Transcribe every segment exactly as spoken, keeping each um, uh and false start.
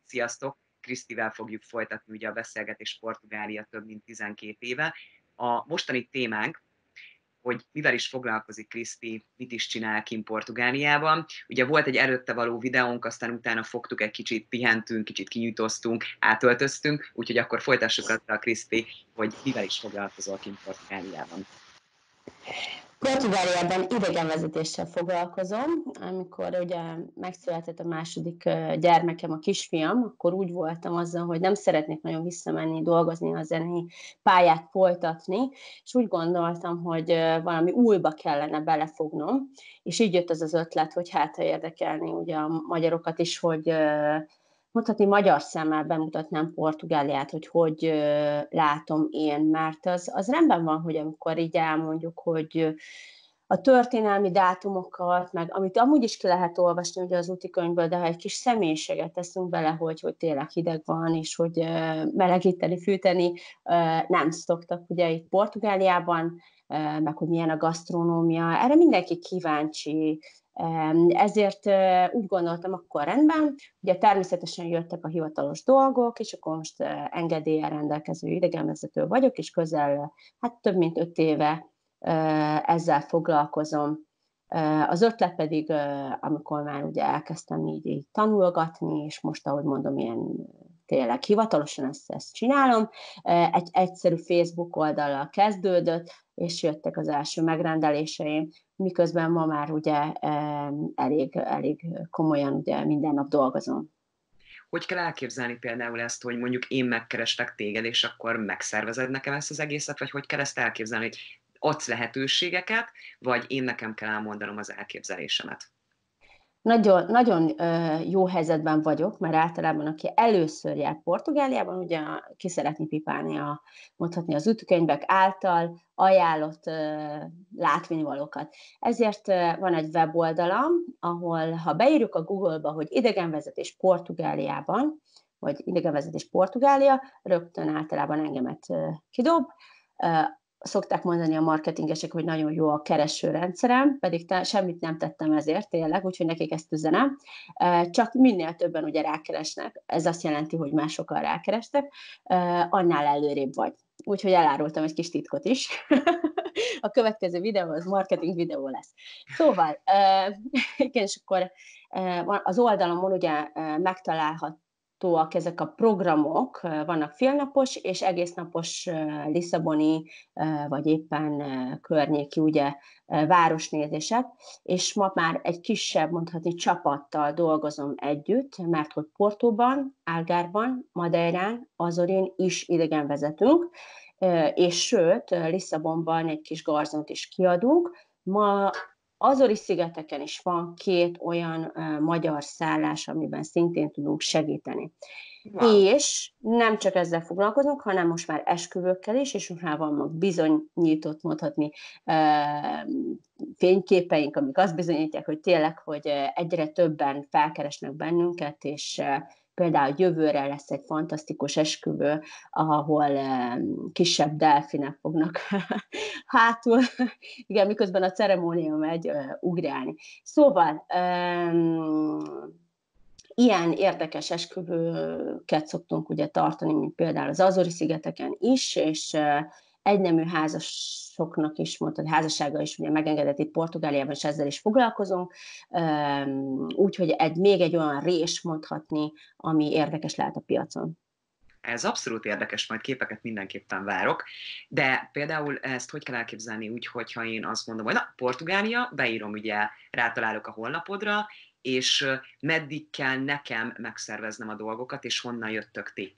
Sziasztok! Krisztivel fogjuk folytatni ugye a beszélgetést, Portugália több mint tizenkét éve. A mostani témánk, hogy mivel is foglalkozik Kriszti, mit is csinál kint Portugáliában. Ugye volt egy előtte való videónk, aztán utána fogtuk, egy kicsit pihentünk, kicsit kinyújtóztunk, átöltöztünk, úgyhogy akkor folytassuk azzal, Kriszti, hogy mivel is foglalkozol kint Portugáliában. Portugáliában idegenvezetéssel foglalkozom. Amikor ugye megszületett a második gyermekem, a kisfiam, akkor úgy voltam azzal, hogy nem szeretnék nagyon visszamenni, dolgozni, a zenei pályát folytatni, és úgy gondoltam, hogy valami újba kellene belefognom, és így jött az az ötlet, hogy hát ha érdekelni ugye a magyarokat is, hogy mondhatni magyar szemmel bemutatnám Portugáliát, hogy hogy látom én, mert az, az rendben van, hogy amikor így elmondjuk, hogy a történelmi dátumokat, meg amit amúgy is ki lehet olvasni ugye az útikönyvből, de ha egy kis személyiséget teszünk bele, hogy, hogy tényleg hideg van, és hogy melegíteni, fűteni nem szoktak ugye itt Portugáliában, meg hogy milyen a gasztronómia, erre mindenki kíváncsi. Ezért úgy gondoltam, akkor rendben, ugye természetesen jöttek a hivatalos dolgok, és akkor most engedéllyel rendelkező idegenvezető vagyok, és közel, hát több mint öt éve ezzel foglalkozom. Az ötlet pedig, amikor már ugye elkezdtem így, így tanulgatni, és most, ahogy mondom, ilyen tényleg hivatalosan ezt, ezt csinálom, egy egyszerű Facebook oldallal kezdődött, és jöttek az első megrendeléseim, miközben ma már ugye elég, elég komolyan ugye minden nap dolgozom. Hogy kell elképzelni például ezt, hogy mondjuk én megkerestek téged, és akkor megszervezed nekem ezt az egészet, vagy hogy kell ezt elképzelni, hogy adsz lehetőségeket, vagy én nekem kell elmondanom az elképzelésemet? Nagyon, nagyon jó helyzetben vagyok, mert általában aki először jár Portugáliában, ugye ki szeretné pipálni a, mondhatni az útikönyvek által ajánlott látványvalókat. Ezért van egy weboldalam, ahol ha beírjuk a Google-ba, hogy idegenvezetés Portugáliában, vagy idegenvezetés Portugália, rögtön általában engemet kidob. Szokták mondani a marketingesek, hogy nagyon jó a keresőrendszerem, pedig te, semmit nem tettem ezért tényleg, úgyhogy nekik ezt üzenem. Csak minél többen ugye rákeresnek, ez azt jelenti, hogy már sokan rákerestek, annál előrébb vagy. Úgyhogy elárultam egy kis titkot is. A következő videó az marketing videó lesz. Szóval, igen, és akkor az oldalon ugye megtalálhat ezek a programok, vannak félnapos és egésznapos lisszaboni, vagy éppen környéki ugye városnézések, és ma már egy kisebb, mondhatni csapattal dolgozom együtt, mert hogy Portóban, Algarve-ban, Madeirán, Azorin is idegenvezetünk, és sőt, Lisszabonban egy kis garzont is kiadunk. Ma Azori-szigeteken is van két olyan uh, magyar szállás, amiben szintén tudunk segíteni. Wow. És nem csak ezzel foglalkozunk, hanem most már esküvőkkel is, és most már vannak bizonyított, mondhatni, uh, fényképeink, amik azt bizonyítják, hogy tényleg, hogy egyre többen felkeresnek bennünket, és uh, például jövőre lesz egy fantasztikus esküvő, ahol um, kisebb delfinek fognak hátul, igen, miközben a ceremónia megy uh, ugrálni. Szóval, um, ilyen érdekes esküvőket szoktunk ugye tartani, mint például az Azori-szigeteken is, és uh, egynemű házasoknak is, mondtad, házassága is ugye megengedett itt Portugáliában, és ezzel is foglalkozunk, úgyhogy egy, még egy olyan rés mondhatni, ami érdekes lehet a piacon. Ez abszolút érdekes, majd képeket mindenképpen várok, de például ezt hogy kell elképzelni úgy, hogyha én azt mondom, hogy na, Portugália, beírom ugye, rátalálok a honlapodra, és meddig kell nekem megszerveznem a dolgokat, és honnan jöttök ti?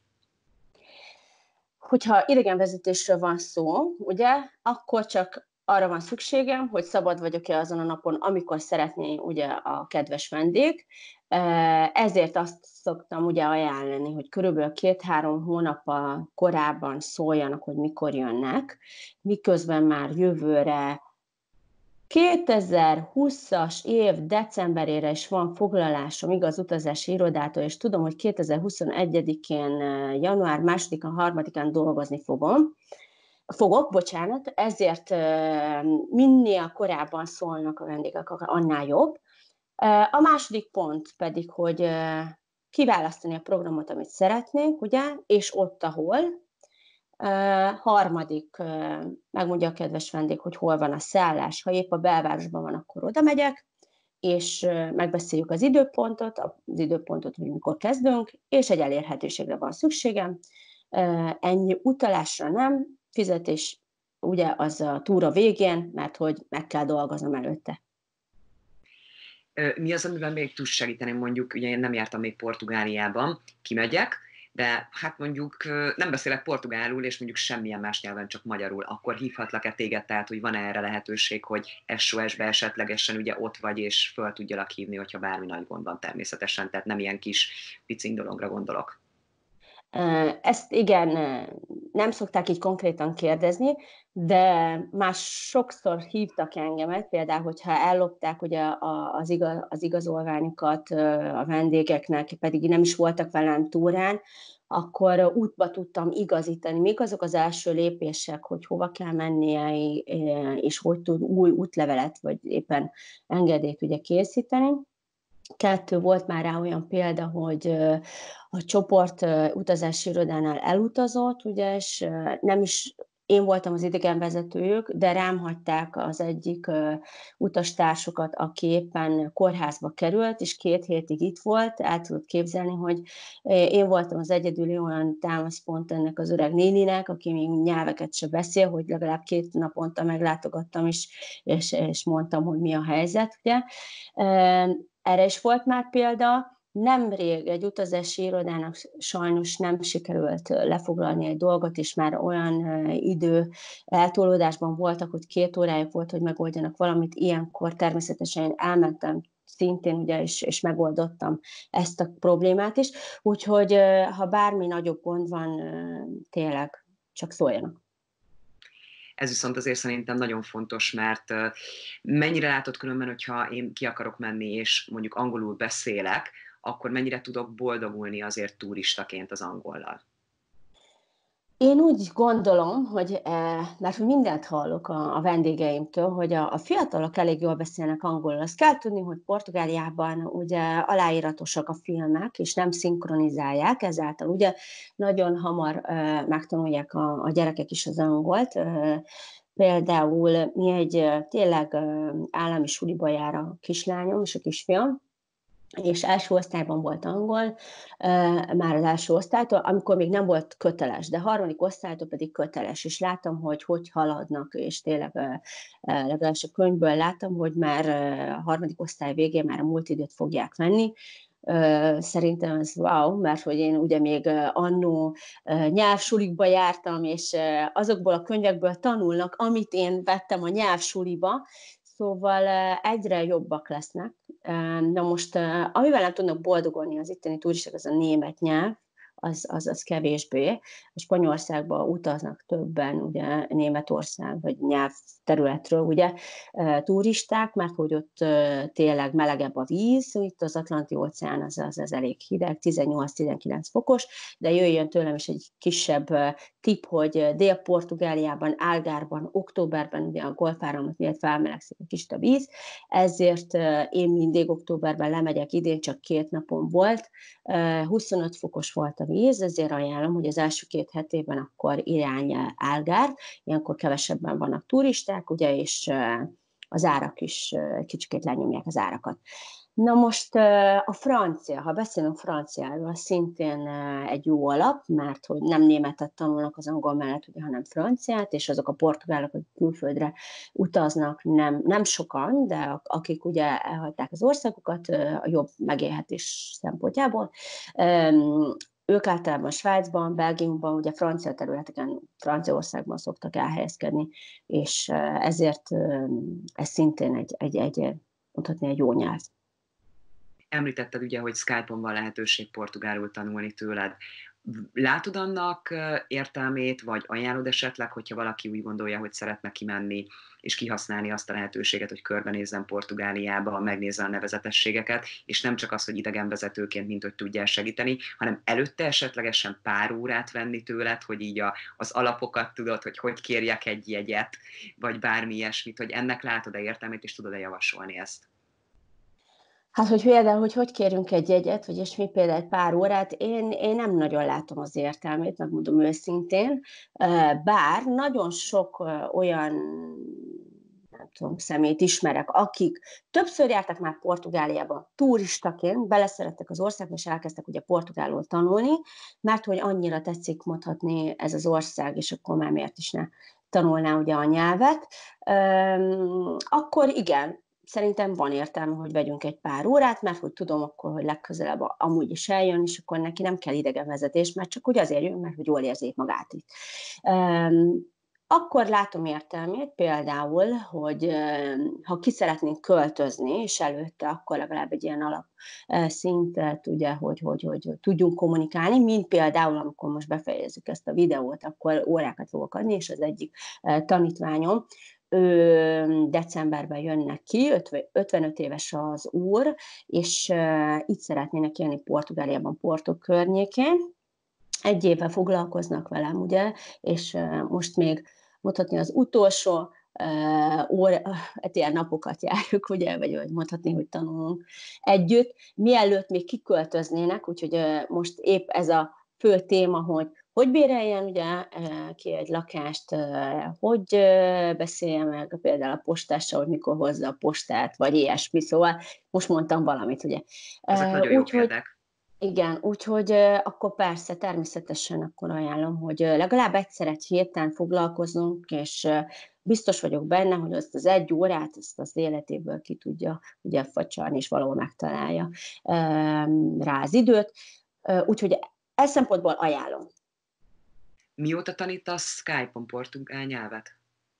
Hogyha idegenvezetésről van szó, ugye, akkor csak arra van szükségem, hogy szabad vagyok-e azon a napon, amikor szeretné ugye a kedves vendég. Ezért azt szoktam ugye ajánlani, hogy körülbelül két-három hónappal korábban szóljanak, hogy mikor jönnek, miközben már jövőre kétezer-húszas év decemberére is van foglalásom, igaz, utazási irodától, és tudom, hogy kétezer-huszonegyedikén, január másodikán, harmadikán dolgozni fogom. Fogok, bocsánat, ezért minél korábban szólnak a vendégek, annál jobb. A második pont pedig, hogy kiválasztani a programot, amit szeretnénk, ugye, és ott, ahol. Uh, harmadik, uh, megmondja a kedves vendég, hogy hol van a szállás. Ha épp a belvárosban van, akkor oda megyek, és uh, megbeszéljük az időpontot, az időpontot, hogy mikor kezdünk, és egy elérhetőségre van szükségem. Uh, ennyi utalásra nem, fizetés ugye az a túra végén, mert hogy meg kell dolgoznom előtte. Mi az, amiben még tudsz segíteni? Mondjuk, ugye én nem jártam még Portugáliában, kimegyek, de hát mondjuk nem beszélek portugálul, és mondjuk semmilyen más nyelven, csak magyarul, akkor hívhatlak-e téged, tehát hogy van-e erre lehetőség, hogy es o es-be esetlegesen ugye ott vagy, és föl tudjalak hívni, hogyha bármi nagy gond van természetesen, tehát nem ilyen kis picing dologra gondolok. Ezt igen, nem szokták így konkrétan kérdezni, de már sokszor hívtak engemet, például, hogyha ellopták ugye az, igaz, az igazolványokat a vendégeknek, pedig nem is voltak velem túrán, akkor útba tudtam igazítani. Még azok az első lépések, hogy hova kell mennie, és hogy tud új útlevelet, vagy éppen engedélyt ugye készíteni. Kettő, volt már rá olyan példa, hogy a csoport utazási irodánál elutazott, ugye, és nem is én voltam az idegenvezetőjük, de rám hagyták az egyik utastársukat, aki éppen kórházba került, és két hétig itt volt. El tudod képzelni, hogy én voltam az egyedüli olyan támaszpont ennek az öreg néninek, aki még nyelveket se beszél, hogy legalább két naponta meglátogattam, és, és, és mondtam, hogy mi a helyzet, ugye. Erre is volt már példa. Nemrég egy utazási irodának sajnos nem sikerült lefoglalni egy dolgot, és már olyan idő eltolódásban voltak, hogy két órájuk volt, hogy megoldjanak valamit. Ilyenkor természetesen én elmentem szintén, ugye, és, és megoldottam ezt a problémát is. Úgyhogy ha bármi nagyobb gond van, tényleg csak szóljanak. Ez viszont azért szerintem nagyon fontos, mert mennyire látod különben, hogyha én ki akarok menni, és mondjuk angolul beszélek, akkor mennyire tudok boldogulni azért turistaként az angollal? Én úgy gondolom, hogy, mert mindent hallok a, a vendégeimtől, hogy a, a fiatalok elég jól beszélnek angolul. Azt kell tudni, hogy Portugáliában ugye aláíratosak a filmek, és nem szinkronizálják, ezáltal ugye nagyon hamar megtanulják a, a gyerekek is az angolt. Például mi egy tényleg állami suliba jár a kislányom és a kisfiam, és első osztályban volt angol, már az első osztálytól, amikor még nem volt köteles, de harmadik osztálytól pedig köteles, és láttam, hogy hogy haladnak, és tényleg legalábbis a könyvből láttam, hogy már a harmadik osztály végén már a múlt időt fogják venni. Szerintem ez wow, mert hogy én ugye még annó nyelvsulikba jártam, és azokból a könyvekből tanulnak, amit én vettem a nyelvsuliba, szóval egyre jobbak lesznek. Na most, amivel nem tudnak boldogulni az itteni turisták, az a német nyelv, az, az, az kevésbé. A Spanyolországba utaznak többen, ugye Németország vagy nyelvterületről, ugye turisták, mert hogy ott tényleg melegebb a víz, itt az Atlanti-óceán az, az, az elég hideg, tizennyolc-tizenkilenc fokos, de jöjjön tőlem is egy kisebb tipp, hogy Dél-Portugáliában, Algarban, októberben ugye a golfáramlat miatt felmelegszik egy kicsit a víz, ezért én mindig októberben lemegyek, idén csak két napon volt, huszonöt fokos volt a víz, ezért ajánlom, hogy az első két hetében akkor irány Algarve, ilyenkor kevesebben vannak turisták, ugye, és az árak is kicsikét lenyomják az árakat. Na most a francia, ha beszélünk franciáról, szintén egy jó alap, mert hogy nem németet tanulnak az angol mellett, ugye, hanem franciát, és azok a portugálok, akik külföldre utaznak, nem, nem sokan, de akik ugye elhagyták az országokat a jobb megélhetés szempontjából, ők általában Svájcban, Belgiumban, ugye francia területeken, Franciaországban szoktak elhelyezkedni, és ezért ez szintén egy, egy, egy mondhatni egy jó nyelv. Említetted ugye, hogy Skype-on van lehetőség portugálul tanulni tőled. Látod annak értelmét, vagy ajánlod esetleg, hogyha valaki úgy gondolja, hogy szeretne kimenni, és kihasználni azt a lehetőséget, hogy körbenézzen Portugáliába, megnézze a nevezetességeket, és nem csak az, hogy idegenvezetőként, mint hogy tudjál segíteni, hanem előtte esetlegesen pár órát venni tőled, hogy így a, az alapokat tudod, hogy hogy kérjek egy jegyet, vagy bármi ilyesmit, hogy ennek látod-e értelmét, és tudod-e javasolni ezt? Hát, hogy például, hogy hogy kérünk egy jegyet, vagy ilyesmi, például egy pár órát, én én nem nagyon látom az értelmét, megmondom őszintén, bár nagyon sok olyan, nem tudom, személyt ismerek, akik többször jártak már Portugáliába turistaként, beleszerettek az országba, és elkezdtek ugye portugálul tanulni, mert hogy annyira tetszik mondhatni ez az ország, és akkor már miért is ne tanulná ugye a nyelvet. Akkor igen, szerintem van értelme, hogy vegyünk egy pár órát, mert hogy tudom akkor, hogy legközelebb amúgy is eljön, és akkor neki nem kell idegenvezetés, mert csak úgy azért jön, mert hogy jól érzi magát itt. Akkor látom értelmét például, hogy ha ki szeretnénk költözni, és előtte akkor legalább egy ilyen alap szintet, ugye, hogy, hogy, hogy, hogy tudjunk kommunikálni, mint például, amikor most befejezzük ezt a videót, akkor órákat fogok adni, és az egyik tanítványom, ő decemberben jönnek ki, ötvenöt éves az úr, és itt szeretnének élni Portugáliában, Porto környékén. Egy éve foglalkoznak velem, ugye, és most még mondhatni az utolsó óra, hát ilyen napokat járjuk, ugye, vagy mondhatni, hogy tanulunk együtt, mielőtt még kiköltöznének, úgyhogy most épp ez a fő téma, hogy hogy béreljen ugye ki egy lakást, hogy beszéljen meg például a postással, hogy mikor hozza a postát, vagy ilyesmi, szóval most mondtam valamit, ugye. Ezek nagyon jó Úgyhogy példák. igen, úgyhogy akkor persze, természetesen akkor ajánlom, hogy legalább egyszer egy héten foglalkozunk, és biztos vagyok benne, hogy azt az egy órát, ezt az életéből ki tudja ugye facsarni, és valahol megtalálja rá az időt. Úgyhogy e szempontból ajánlom. Mióta tanítasz Skype-on portugál nyelvet?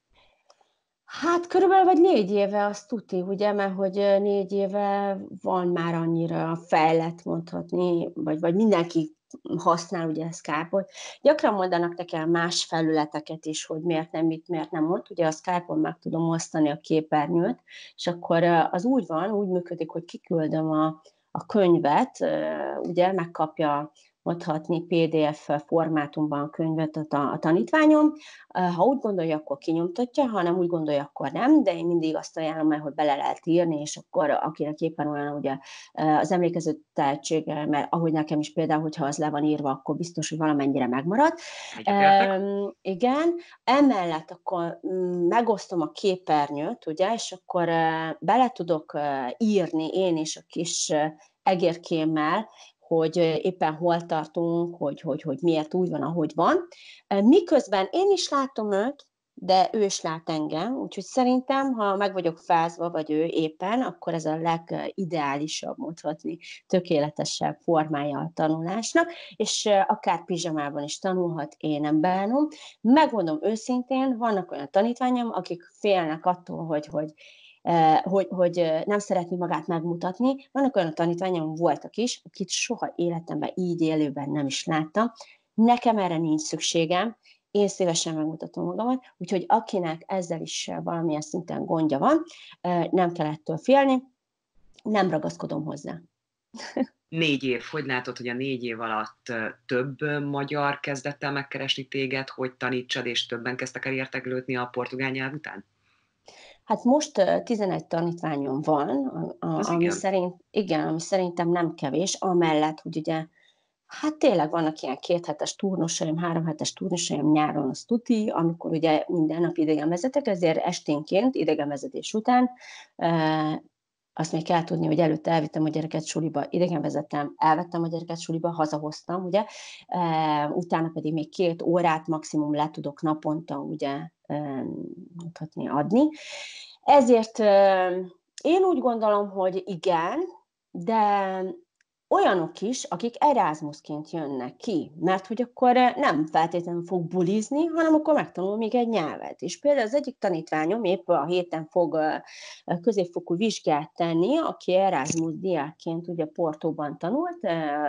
Hát körülbelül vagy négy éve, azt tuti, ugye, mert hogy négy éve van már annyira fejlett mondhatni, vagy, vagy mindenki használ ugye Skype-ot. Gyakran mondanak nekem más felületeket is, hogy miért nem mit, miért nem ott. Ugye a Skype-on meg tudom osztani a képernyőt, és akkor az úgy van, úgy működik, hogy kiküldöm a, a könyvet, ugye megkapja mondhatni pé dé ef formátumban a könyvet a, a tanítványom. Ha úgy gondolja, akkor kinyomtatja, ha nem úgy gondolja, akkor nem, de én mindig azt ajánlom el, hogy bele lehet írni, és akkor akinek éppen olyan ugye az emlékező tehetsége, mert ahogy nekem is például, hogyha az le van írva, akkor biztos, hogy valamennyire megmarad. Egyetértek. Um, igen, emellett akkor megosztom a képernyőt, ugye, és akkor bele tudok írni én is a kis egérkémmel, hogy éppen hol tartunk, hogy, hogy, hogy miért úgy van, ahogy van. Miközben én is látom őt, de ő is lát engem, úgyhogy szerintem, ha meg vagyok fázva, vagy ő éppen, akkor ez a legideálisabb, mondhatni, tökéletesebb formája a tanulásnak, és akár pizsamában is tanulhat, én nem bánom. Megmondom őszintén, vannak olyan tanítványom, akik félnek attól, hogy, hogy hogy, hogy nem szeretné magát megmutatni. Vannak olyan tanítványom, voltak is, akit soha életemben így élőben nem is láttam. Nekem erre nincs szükségem, én szívesen megmutatom magamat, úgyhogy akinek ezzel is valamilyen szinten gondja van, nem kell ettől félni, nem ragaszkodom hozzá. Négy év. Hogy látod, hogy a négy év alatt több magyar kezdett el megkeresni téged, hogy tanítsad, és többen kezdtek el érdeklődni a portugál nyelv után? Hát most tizenegy tanítványom van, Az ami igen. szerint, igen, ami szerintem nem kevés, amellett, hogy ugye hát tényleg vannak ilyen kéthetes turnusaim, háromhetes turnusaim nyáron, az tuti, amikor ugye minden nap idegenvezetek, ezért esténként, idegenvezetés után, e, azt még kell tudni, hogy előtte elvittem a gyereket suliba, idegenvezettem, elvettem a gyereket suliba, hazahoztam, ugye, e, utána pedig még két órát maximum le tudok naponta, ugye, e, mondhatni, adni. Ezért e, én úgy gondolom, hogy igen, de olyanok is, akik Erasmusként jönnek ki, mert hogy akkor nem feltétlenül fog bulizni, hanem akkor megtanul még egy nyelvet. És például az egyik tanítványom épp a héten fog középfokú vizsgát tenni, aki Erasmus diákként ugye Portóban tanult,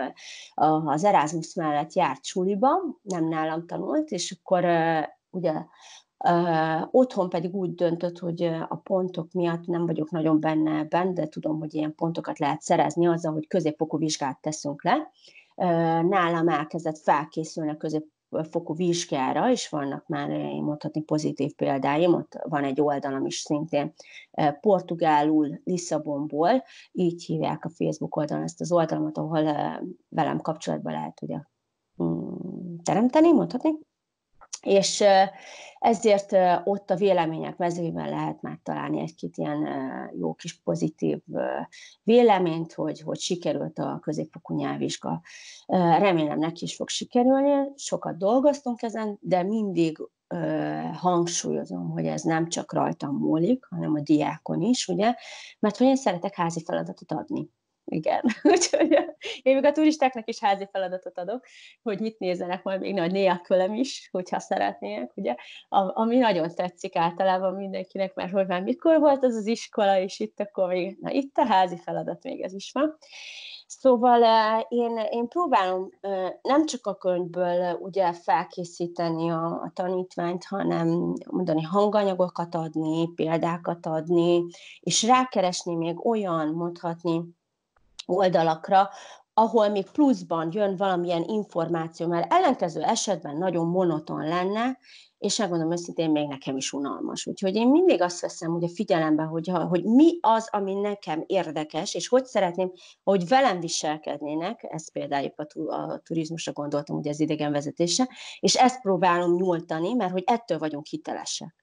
az Erasmus mellett járt suliba, nem nálam tanult, és akkor ugye Uh, otthon pedig úgy döntött, hogy a pontok miatt nem vagyok nagyon benne ebben, de tudom, hogy ilyen pontokat lehet szerezni azzal, hogy középfokú vizsgát teszünk le. Uh, nálam elkezdett felkészülni a közép fokú vizsgára, és vannak már, én mondhatni, pozitív példáim, ott van egy oldalam is szintén portugálul Lisszabonból, így hívják a Facebook oldalon ezt az oldalamat, ahol velem kapcsolatban lehet ugye teremteni, mondhatni. És ezért ott a vélemények mezőjében lehet már találni egy-két ilyen jó kis pozitív véleményt, hogy, hogy sikerült a középfokú nyelvvizsga. Remélem neki is fog sikerülni, sokat dolgoztunk ezen, de mindig hangsúlyozom, hogy ez nem csak rajtam múlik, hanem a diákon is, ugye, mert hogy én szeretek házi feladatot adni. Igen, úgyhogy én még a turistáknak is házi feladatot adok, hogy mit nézzenek majd még nagy nélkülem is, hogyha szeretnének, ugye, ami nagyon tetszik általában mindenkinek, mert hogy már mikor volt az az iskola, és itt akkor még, na itt a házi feladat, még ez is van. Szóval én, én próbálom nem csak a könyvből ugye felkészíteni a, a tanítványt, hanem mondani hanganyagokat adni, példákat adni, és rákeresni még olyan, mondhatni, oldalakra, ahol még pluszban jön valamilyen információ, mert ellenkező esetben nagyon monoton lenne, és megmondom őszintén, még nekem is unalmas. Úgyhogy én mindig azt veszem ugye figyelembe, hogy, hogy mi az, ami nekem érdekes, és hogy szeretném, hogy velem viselkednének, ez például a, a turizmusra gondoltam, ugye az idegenvezetésre, és ezt próbálom nyújtani, mert hogy ettől vagyunk hitelesek.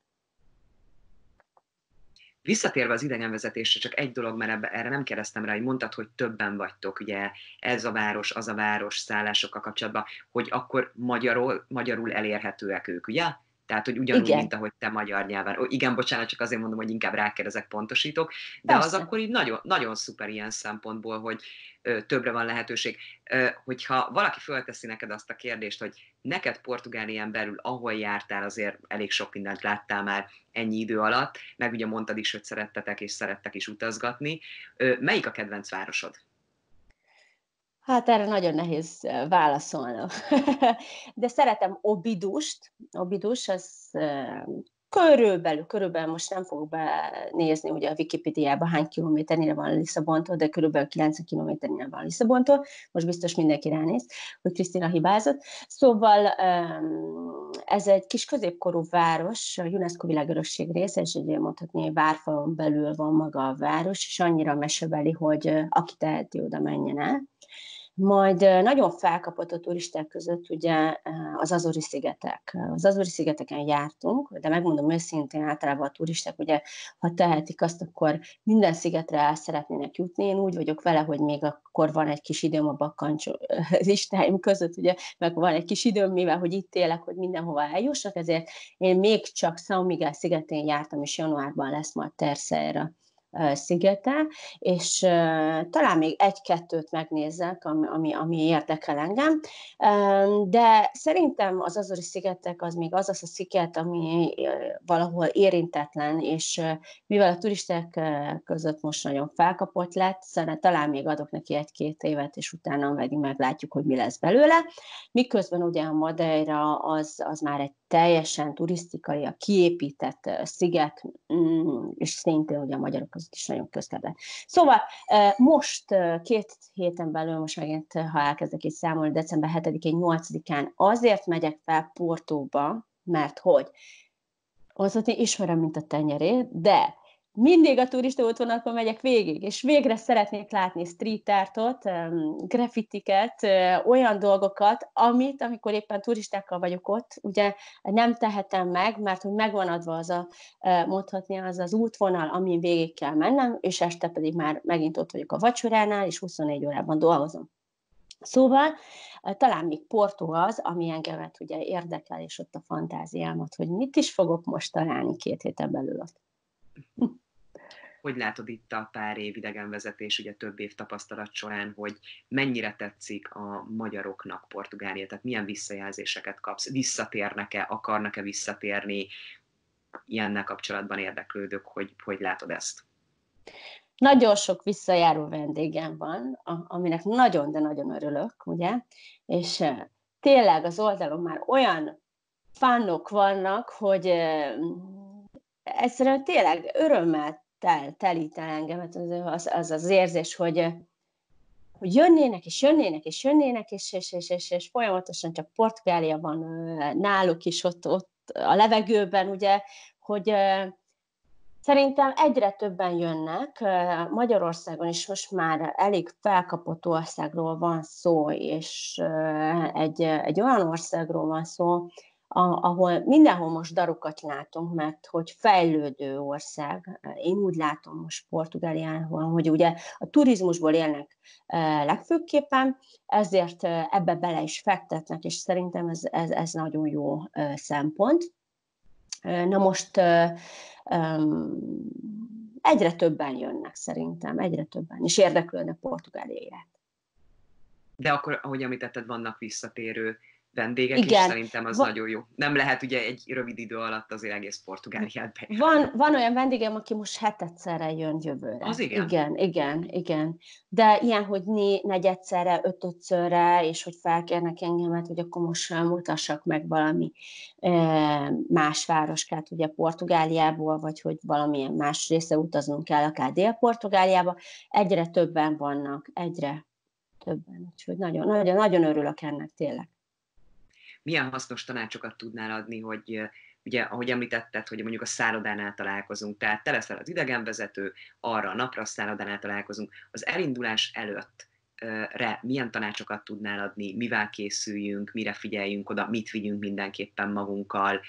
Visszatérve az idegenvezetésre, csak egy dolog, mert ebbe, erre nem kérdeztem rá, hogy mondtad, hogy többen vagytok, ugye ez a város, az a város szállásokkal kapcsolatban, hogy akkor magyarul, magyarul elérhetőek ők, ugye? Tehát, hogy ugyanúgy, igen, mint ahogy te magyar nyelven. Ó, igen, bocsánat, csak azért mondom, hogy inkább rákérdezek, pontosítok, de persze, az akkor így nagyon, nagyon szuper ilyen szempontból, hogy ö, többre van lehetőség. Ö, hogyha valaki fölteszi neked azt a kérdést, hogy neked Portugálián belül, ahol jártál, azért elég sok mindent láttál már ennyi idő alatt, meg ugye mondtad is, hogy szerettetek és szerettek is utazgatni. Ö, melyik a kedvenc városod? Hát erre nagyon nehéz válaszolnom. De szeretem Óbidust. Óbidus, az körülbelül, körülbelül most nem fogok benézni ugye a Wikipédiába hány kilométernyire van Lisszabontól, de körülbelül kilencven kilométernyire van Lisszabontól. Most biztos mindenki ránéz, hogy Krisztina hibázott. Szóval ez egy kis középkorú város, a UNESCO világörökség része, és egy mondhatni várfalon belül van maga a város, és annyira mesebeli, hogy aki teheti, oda menjen el. Majd nagyon felkapott a turisták között ugye az Azori-szigetek. Az Azori-szigeteken jártunk, de megmondom őszintén, általában a turisták, ugye, ha tehetik azt, akkor minden szigetre el szeretnének jutni. Én úgy vagyok vele, hogy még akkor van egy kis időm a bakkancs listáim között, ugye, meg van egy kis időm, mivel hogy itt élek, hogy mindenhova eljussak, ezért én még csak São Miguel szigetén jártam, és januárban lesz majd Terceira szigete, és uh, talán még egy-kettőt megnézzek, ami, ami, ami érdekel engem, um, de szerintem az Azori-szigetek az még az az a sziget, ami uh, valahol érintetlen, és uh, mivel a turisták uh, között most nagyon felkapott lett, szóval talán még adok neki egy-két évet, és utána megint meglátjuk, hogy mi lesz belőle. Miközben ugye a Madeira az, az már egy teljesen turisztikai, a kiépített uh, sziget, mm, és szintén ugye a magyarok között is nagyon közkedvelt. Szóval most két héten belül, most megint, ha elkezdek így számolni, december hetedikén, nyolcadikán azért megyek fel Portóba, mert hogy azt ismerem, mint a tenyerét, de mindig a turista útvonalakon megyek végig, és végre szeretnék látni street artot, graffitiket, olyan dolgokat, amit, amikor éppen turistákkal vagyok ott, ugye nem tehetem meg, mert hogy megvan adva az a, mondhatni, az az útvonal, amin végig kell mennem, és este pedig már megint ott vagyok a vacsoránál, és huszonnégy órában dolgozom. Szóval talán még Porto az, ami engemet ugye érdekel, és ott a fantáziámat, hogy mit is fogok most találni két héten belül ott. Hogy látod itt a pár év idegenvezetés, ugye több év tapasztalat során, hogy mennyire tetszik a magyaroknak Portugália, tehát milyen visszajelzéseket kapsz, visszatérnek-e, akarnak-e visszatérni, ilyennel kapcsolatban érdeklődök, hogy hogy látod ezt? Nagyon sok visszajáró vendégem van, aminek nagyon, de nagyon örülök, ugye, és tényleg az oldalon már olyan fánok vannak, hogy egyszerűen tényleg örömmel tel, telít el engemet az, az, az az érzés, hogy hogy jönnének, és jönnének, és jönnének, és, és, és, és, és folyamatosan csak Portugália van náluk is ott, ott a levegőben, ugye, hogy szerintem egyre többen jönnek. Magyarországon is most már elég felkapott országról van szó, és egy, egy olyan országról van szó, ahol mindenhol most darukat látunk, mert hogy fejlődő ország. Én úgy látom most Portugáliában, hogy ugye a turizmusból élnek legfőképpen, ezért ebbe bele is fektetnek, és szerintem ez, ez, ez nagyon jó szempont. Na most egyre többen jönnek szerintem, egyre többen, és érdeklődnek Portugália iránt. De akkor, ahogy említetted, vannak visszatérő vendégek, és Igen. szerintem az Va- nagyon jó. Nem lehet ugye egy rövid idő alatt azért egész Portugáliát bejárni. Van, van olyan vendégem, aki most hetedszerre jön jövőre. Az igen? Igen, igen, igen. De ilyen, hogy né, negyedszerre, ötödszörre, és hogy felkérnek engemet, hogy akkor most mutassak meg valami más városkát, ugye Portugáliából, vagy hogy valamilyen más része utaznunk kell, akár Dél-Portugáliába. Egyre többen vannak, egyre többen. Úgyhogy nagyon, nagyon, nagyon örülök ennek tényleg. Milyen hasznos tanácsokat tudnál adni, hogy ugye, ahogy említetted, hogy mondjuk a szállodánál találkozunk, tehát te leszel az idegenvezető, arra a napra a szállodánál találkozunk, az elindulás előtt re milyen tanácsokat tudnál adni, mivel készüljünk, mire figyeljünk oda, mit vigyünk mindenképpen magunkkal?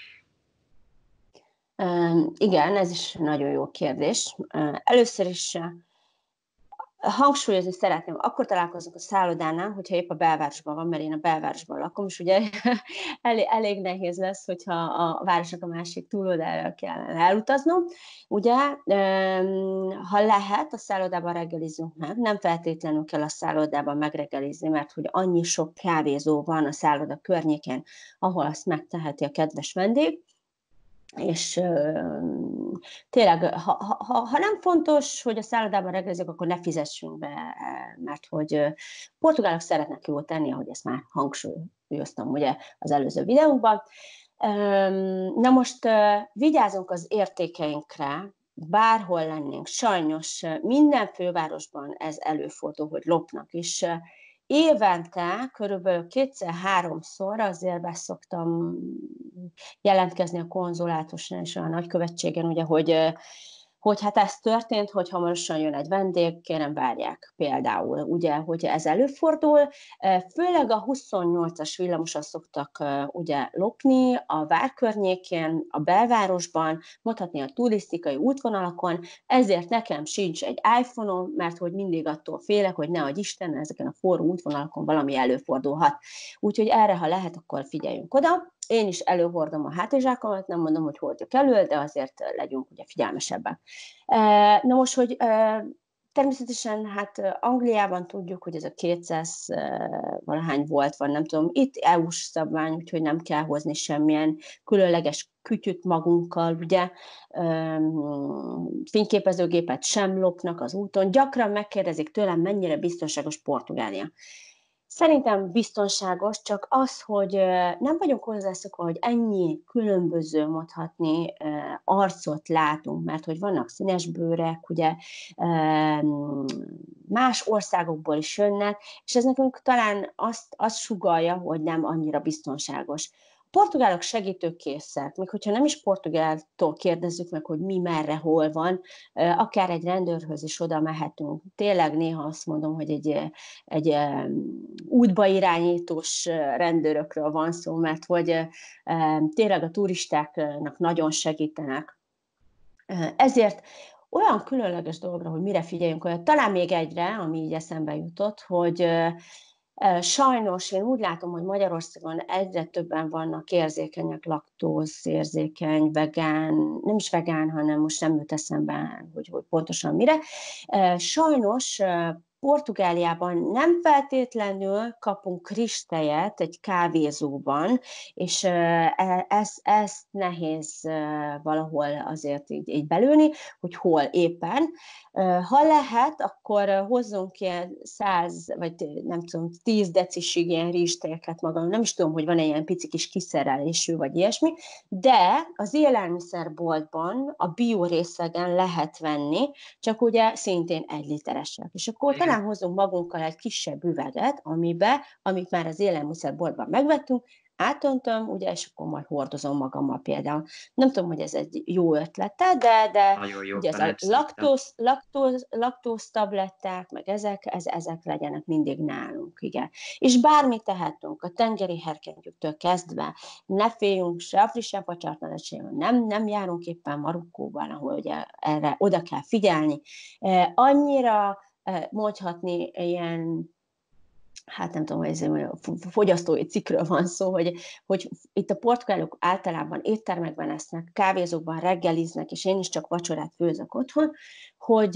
Igen, ez is nagyon jó kérdés. Először is hangsúlyozni szeretném, akkor találkozunk a szállodánál, hogyha épp a belvárosban van, mert én a belvárosban lakom, és ugye elég, elég nehéz lesz, hogyha a városnak a másik túloldalára kell elutaznom. Ugye, ha lehet, a szállodában reggelizünk meg, nem feltétlenül kell a szállodában megreggelizni, mert hogy annyi sok kávézó van a szálloda környéken, ahol azt megteheti a kedves vendég, és uh, tényleg, ha, ha, ha nem fontos, hogy a szállodában reggelizzük, akkor ne fizessünk be, mert hogy uh, portugálok szeretnek jól tenni, ahogy ezt már hangsúlyoztam ugye az előző videónkban. Um, na most uh, vigyázzunk az értékeinkre, bárhol lennénk. Sajnos uh, minden fővárosban ez előfordul, hogy lopnak, és uh, évente körülbelül kétszer-háromszor azért be szoktam jelentkezni a konzulátusnál és a nagykövetségen, ugye, hogy, hogy hát ez történt, hogy hamarosan jön egy vendég, kérem várják például, ugye, hogy ez előfordul, főleg a huszonnyolcas villamoson szoktak ugye lopni a vár környékén, a belvárosban, mondhatni a turisztikai útvonalakon, ezért nekem sincs egy iPhone-om, mert hogy mindig attól félek, hogy ne adj Isten, ezeken a forró útvonalakon valami előfordulhat. Úgyhogy erre, ha lehet, akkor figyeljünk oda. Én is előhordom a hátizsákomat, nem mondom, hogy hordjuk elő, de azért legyünk ugye figyelmesebbek. Na most, hogy természetesen hát Angliában tudjuk, hogy ez a kétszáz valahány volt van, nem tudom, itt é u-s szabvány, úgyhogy nem kell hozni semmilyen különleges kütyüt magunkkal, ugye, fényképezőgépet sem lopnak az úton. Gyakran megkérdezik tőlem, mennyire biztonságos Portugália. Szerintem biztonságos, csak az, hogy nem vagyunk hozzászokva, hogy ennyi különböző, mondhatni, arcot látunk, mert hogy vannak színesbőrek, ugye más országokból is jönnek, és ez nekünk talán azt, azt sugallja, hogy nem annyira biztonságos. A portugálok segítőkészek, még hogyha nem is portugáltól kérdezzük meg, hogy mi, merre, hol van, akár egy rendőrhöz is oda mehetünk. Tényleg néha azt mondom, hogy egy, egy útba irányítós rendőrökről van szó, mert hogy tényleg a turistáknak nagyon segítenek. Ezért olyan különleges dologra, hogy mire figyeljünk, hogy talán még egyre, ami így eszembe jutott, hogy sajnos én úgy látom, hogy Magyarországon egyre többen vannak érzékenyek, laktóz, érzékeny, vegán, nem is vegán, hanem most nem jut eszembe, hogy, hogy pontosan mire. Sajnos Portugáliában nem feltétlenül kapunk kristályt egy kávézóban, és ezt, ezt nehéz valahol azért így, így belőni, hogy hol éppen. Ha lehet, akkor hozzunk ilyen száz, vagy nem tudom, tíz decisig ilyen rizstéket magam. Nem is tudom, hogy van-e ilyen pici kis kiszerelésű, vagy ilyesmi, de az élelmiszerboltban a bio részegen lehet venni, csak ugye szintén egy literesek. És akkor talán talán hozunk magunkkal egy kisebb üveget, amibe, amit már az élelmiszerboltban megvettünk, átöntöm, ugye, és akkor majd hordozom magammal például. Nem tudom, hogy ez egy jó ötlete, de, de Nagyon jó ugye ez a tanács szerintem. laktóz, laktóz, laktóz tabletták, meg ezek, ez, ezek legyenek mindig nálunk, igen. És bármit tehetünk, a tengeri herkentjüktől kezdve, ne féljünk se a frissebb vacsartanacsében, nem, nem járunk éppen Marokkóban, ahol ugye erre oda kell figyelni. Annyira mondhatni ilyen, hát nem tudom, hogy ez a fogyasztói cikkről van szó, hogy, hogy itt a portugálok általában éttermekben esznek, kávézókban reggeliznek, és én is csak vacsorát főzök otthon, hogy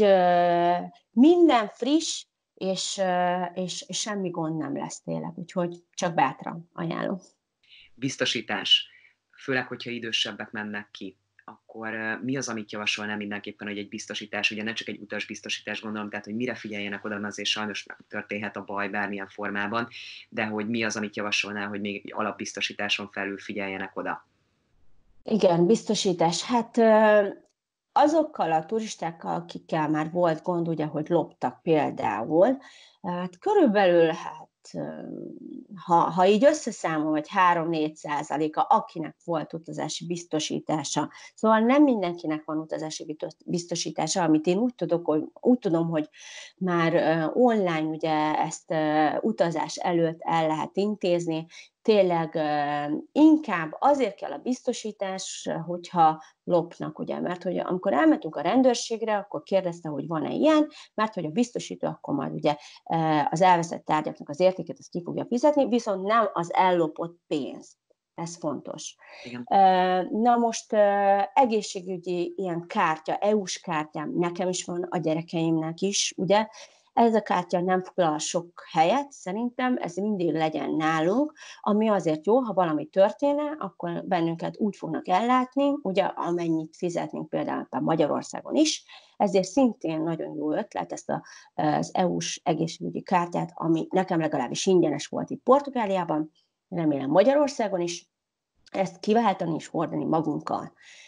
minden friss, és, és, és semmi gond nem lesz tényleg, úgyhogy csak bátran ajánlom. Biztosítás, főleg, hogyha idősebbek mennek ki, akkor mi az, amit javasolnál mindenképpen, hogy egy biztosítás, ugye ne csak egy utasbiztosítás gondolom, tehát hogy mire figyeljenek oda, azért sajnos történhet a baj bármilyen formában, de hogy mi az, amit javasolnál, hogy még egy alapbiztosításon felül figyeljenek oda? Igen, biztosítás. Hát azokkal a turistákkal, akikkel már volt gond, ugye, hogy loptak például, hát körülbelül, hát, ha, ha így összeszámol, hogy három-négy százaléka, akinek volt utazási biztosítása. Szóval nem mindenkinek van utazási biztosítása, amit én úgy, tudok, hogy, úgy tudom, hogy már online ugye ezt utazás előtt el lehet intézni, tényleg inkább azért kell a biztosítás, hogyha lopnak, ugye, mert hogy amikor elmentünk a rendőrségre, akkor kérdezte, hogy van-e ilyen, mert hogy a biztosító akkor majd ugye az elveszett tárgyaknak az értékét azt ki fogja fizetni, viszont nem az ellopott pénzt. Ez fontos. Igen. Na most egészségügyi ilyen kártya, é u-s kártyám nekem is van, a gyerekeimnek is, ugye, ez a kártya nem foglal sok helyet, szerintem ez mindig legyen nálunk, ami azért jó, ha valami történne, akkor bennünket úgy fognak ellátni, ugye amennyit fizetnénk például Magyarországon is, ezért szintén nagyon jó ötlet ezt a, az é u-s egészségügyi kártyát, ami nekem legalábbis ingyenes volt itt Portugáliában, remélem Magyarországon is, ezt kiváltani és hordani magunkkal.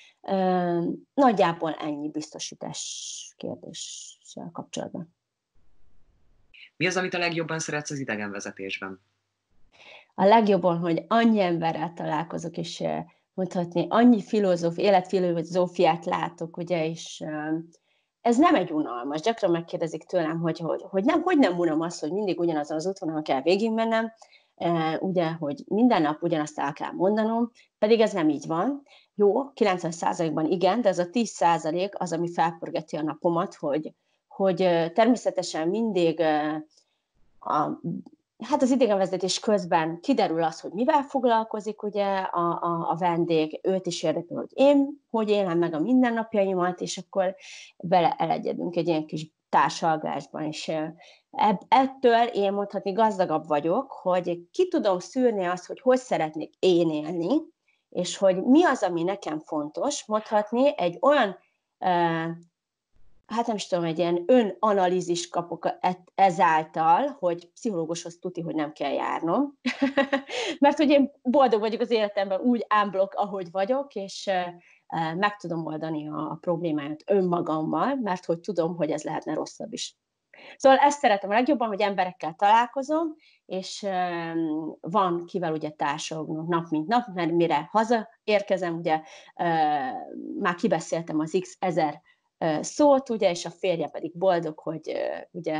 Nagyjából ennyi biztosítás kérdéssel kapcsolatban. Mi az, amit a legjobban szeretsz az idegenvezetésben? A legjobban, hogy annyi emberrel találkozok, és mondhatni, annyi filozóf, életfilozófiát látok, ugye, és ez nem egy unalmas. Gyakran megkérdezik tőlem, hogy, hogy, hogy nem, hogy nem unom az, hogy mindig ugyanazon az útvonalon kell végigmennem, ugye, hogy minden nap ugyanazt el kell mondanom, pedig ez nem így van. Jó, kilencven százalékban igen, de ez a tíz százalék az, ami felpörgeti a napomat, hogy, hogy természetesen mindig a, hát az idegenvezetés közben kiderül az, hogy mivel foglalkozik ugye a, a, a vendég, őt is érdekel, hogy én hogy élem meg a mindennapjaimat, és akkor bele elegyedünk egy ilyen kis társalgásban, és ettől én mondhatni gazdagabb vagyok, hogy ki tudom szűrni azt, hogy hogy szeretnék én élni, és hogy mi az, ami nekem fontos, mondhatni egy olyan hát nem is tudom, egy ilyen önanalízis kapok ezáltal, hogy pszichológushoz tuti, hogy nem kell járnom. Mert hogy én boldog vagyok az életemben úgy unblock, ahogy vagyok, és meg tudom oldani a problémáját önmagammal, mert hogy tudom, hogy ez lehetne rosszabb is. Szóval ezt szeretem a legjobban, hogy emberekkel találkozom, és van kivel ugye társalognom nap mint nap, mert mire hazaérkezem, ugye már kibeszéltem az x ezer szót, ugye, és a férje pedig boldog, hogy ugye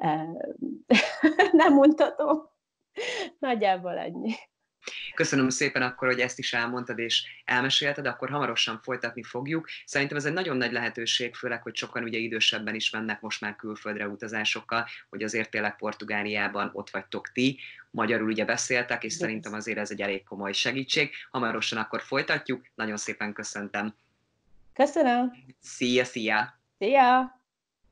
nem mondhatom. Nagyjából ennyi. Köszönöm szépen akkor, hogy ezt is elmondtad és elmesélted, akkor hamarosan folytatni fogjuk. Szerintem ez egy nagyon nagy lehetőség, főleg, hogy sokan ugye idősebben is mennek most már külföldre utazásokkal, hogy azért tényleg Portugáliában ott vagytok ti, magyarul ugye beszéltek, és szerintem azért ez egy elég komoly segítség. Hamarosan akkor folytatjuk, nagyon szépen köszöntem. Köszönöm. Szia, szia! Szia!